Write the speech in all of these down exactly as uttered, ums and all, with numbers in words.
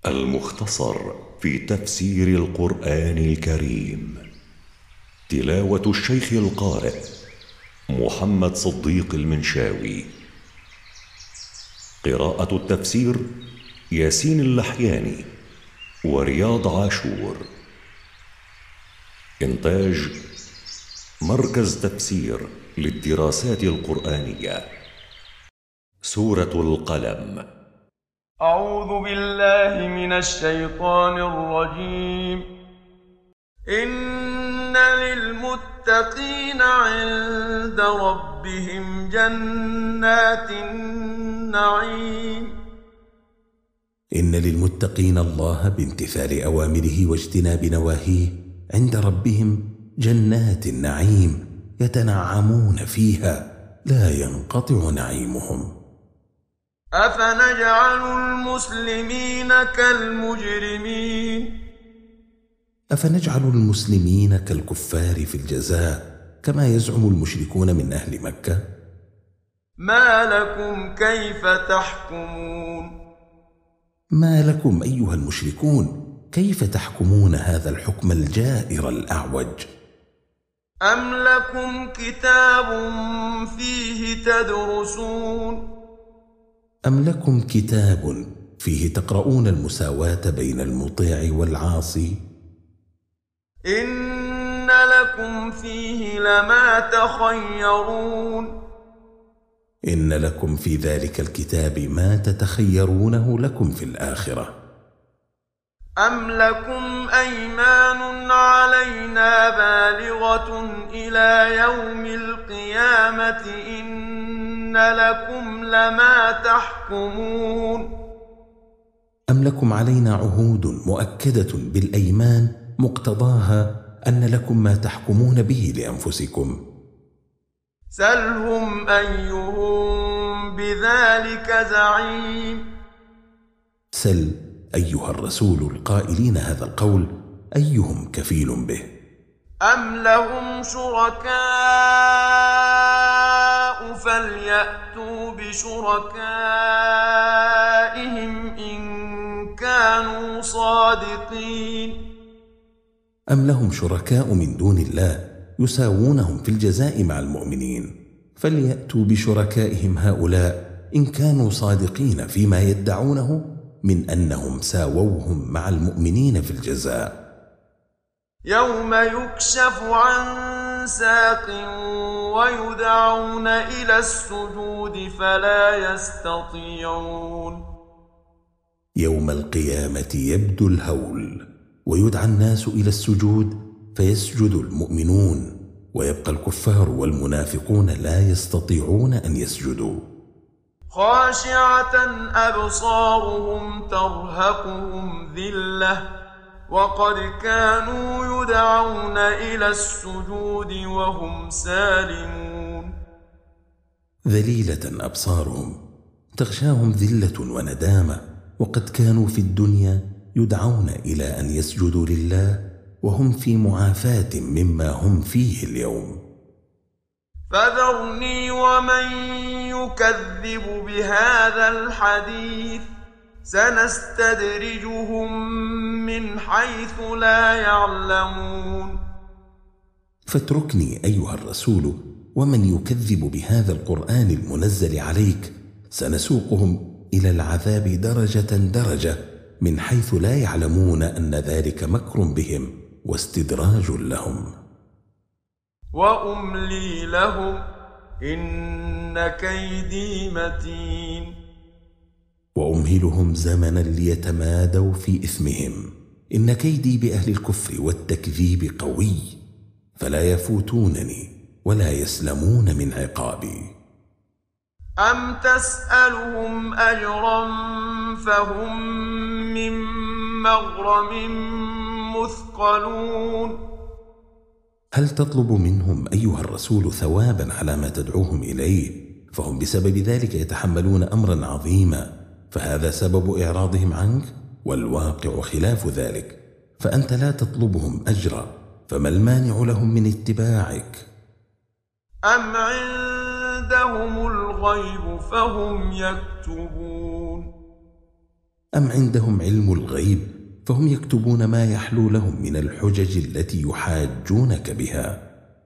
المختصر في تفسير القرآن الكريم. تلاوة الشيخ القارئ محمد صديق المنشاوي. قراءة التفسير ياسين اللحياني ورياض عاشور. إنتاج مركز تفسير للدراسات القرآنية. سورة القلم. أعوذ بالله من الشيطان الرجيم. إن للمتقين عند ربهم جنات النعيم. إن للمتقين الله بامتثال أوامره واجتناب نواهيه عند ربهم جنات النعيم يتنعمون فيها لا ينقطع نعيمهم. أفنجعل المسلمين كالمجرمين. أفنجعل المسلمين كالكفار في الجزاء كما يزعم المشركون من أهل مكة؟ ما لكم كيف تحكمون. ما لكم أيها المشركون كيف تحكمون هذا الحكم الجائر الأعوج؟ أم لكم كتاب فيه تدرسون. أم لكم كتاب فيه تقرؤون المساواة بين المطيع والعاصي؟ إن لكم فيه لما تخيرون. إن لكم في ذلك الكتاب ما تتخيرونه لكم في الآخرة. أم لكم أيمان علينا بالغة إلى يوم القيامة إن لكم لما تحكمون. أم لكم علينا عهود مؤكدة بالأيمان مقتضاها أن لكم ما تحكمون به لأنفسكم؟ سلهم أيهم بذلك زعيم. سل أيها الرسول القائلين هذا القول أيهم كفيل به. أم لهم شركاء فليأتوا بشركائهم إن كانوا صادقين. أم لهم شركاء من دون الله يساوونهم في الجزاء مع المؤمنين، فليأتوا بشركائهم هؤلاء إن كانوا صادقين فيما يدعونه من أنهم ساووهم مع المؤمنين في الجزاء. يوم يكشف عن ساق ويدعون إلى السجود فلا يستطيعون. يوم القيامة يبدو الهول ويدعى الناس إلى السجود فيسجد المؤمنون، ويبقى الكفار والمنافقون لا يستطيعون أن يسجدوا. خاشعة أبصارهم ترهقهم ذلة وقد كانوا يدعون إلى السجود وهم سالمون. ذليلة أبصارهم تغشاهم ذلة وندامة، وقد كانوا في الدنيا يدعون إلى أن يسجدوا لله وهم في معافاة مما هم فيه اليوم. فذرني ومن يكذب بهذا الحديث سنستدرجهم من حيث لا يعلمون. فاتركني أيها الرسول ومن يكذب بهذا القرآن المنزل عليك، سنسوقهم إلى العذاب درجة درجة من حيث لا يعلمون أن ذلك مكر بهم واستدراج لهم. وأملي لهم إن كيدي متين. وأمهلهم زمنا ليتمادوا في إثمهم، إن كيدي بأهل الكفر والتكذيب قوي، فلا يفوتونني ولا يسلمون من عقابي. أم تسألهم أجرا فهم من مغرم مثقلون. هل تطلب منهم أيها الرسول ثوابا على ما تدعوهم إليه؟ فهم بسبب ذلك يتحملون أمرا عظيما، فهذا سبب إعراضهم عنك، والواقع خلاف ذلك، فأنت لا تطلبهم أجرا، فما المانع لهم من اتباعك؟ أم عندهم الغيب فهم يكتبون. أم عندهم علم الغيب فهم يكتبون ما يحلو لهم من الحجج التي يحاجونك بها.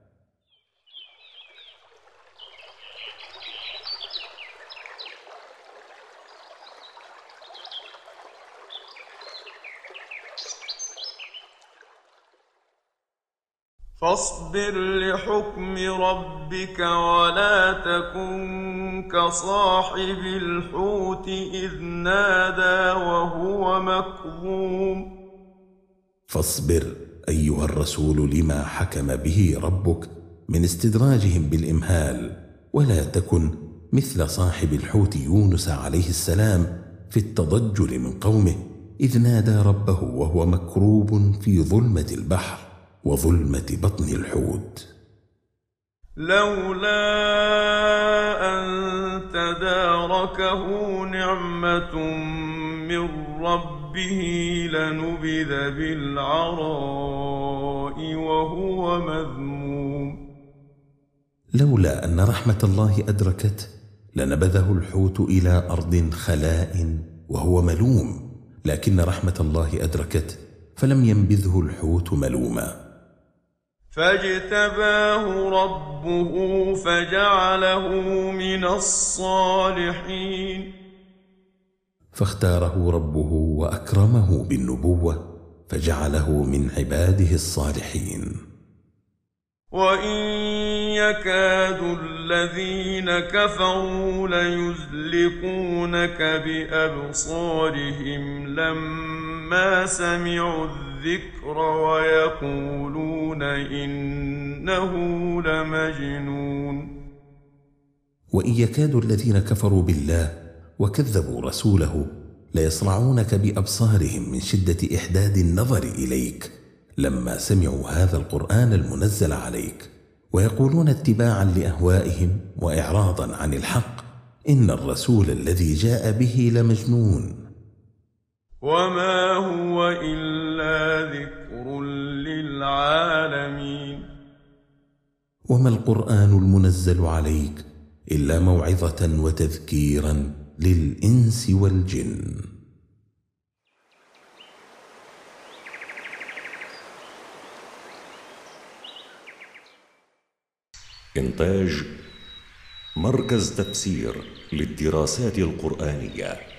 فاصبر لحكم ربك ولا تكن كصاحب الحوت إذ نادى وهو مكظوم. فاصبر أيها الرسول لما حكم به ربك من استدراجهم بالإمهال، ولا تكن مثل صاحب الحوت يونس عليه السلام في التضجر من قومه إذ نادى ربه وهو مكروب في ظلمة البحر وظلمة بطن الحوت. لولا أن تداركه نعمة من ربه لنبذ بالعراء وهو مذموم. لولا أن رحمة الله أدركته لنبذه الحوت إلى أرض خلاء وهو ملوم، لكن رحمة الله أدركته فلم ينبذه الحوت ملوما. فاجتباه ربه فجعله من الصالحين. فاختاره ربه وأكرمه بالنبوة فجعله من عباده الصالحين. وإن يكاد الذين كفروا ليزلقونك بأبصارهم لما سمعوا الذكر ويقولون إنه لمجنون. وإن يكاد الذين كفروا بالله وكذبوا رسوله ليصرعونك بأبصارهم من شدة إحداد النظر إليك لما سمعوا هذا القرآن المنزل عليك، ويقولون اتباعا لأهوائهم وإعراضا عن الحق إن الرسول الذي جاء به لمجنون. وما هو إلا ذكر للعالمين. وما القرآن المنزل عليك إلا موعظة وتذكيرا للإنس والجن. إنتاج مركز تفسير للدراسات القرآنية.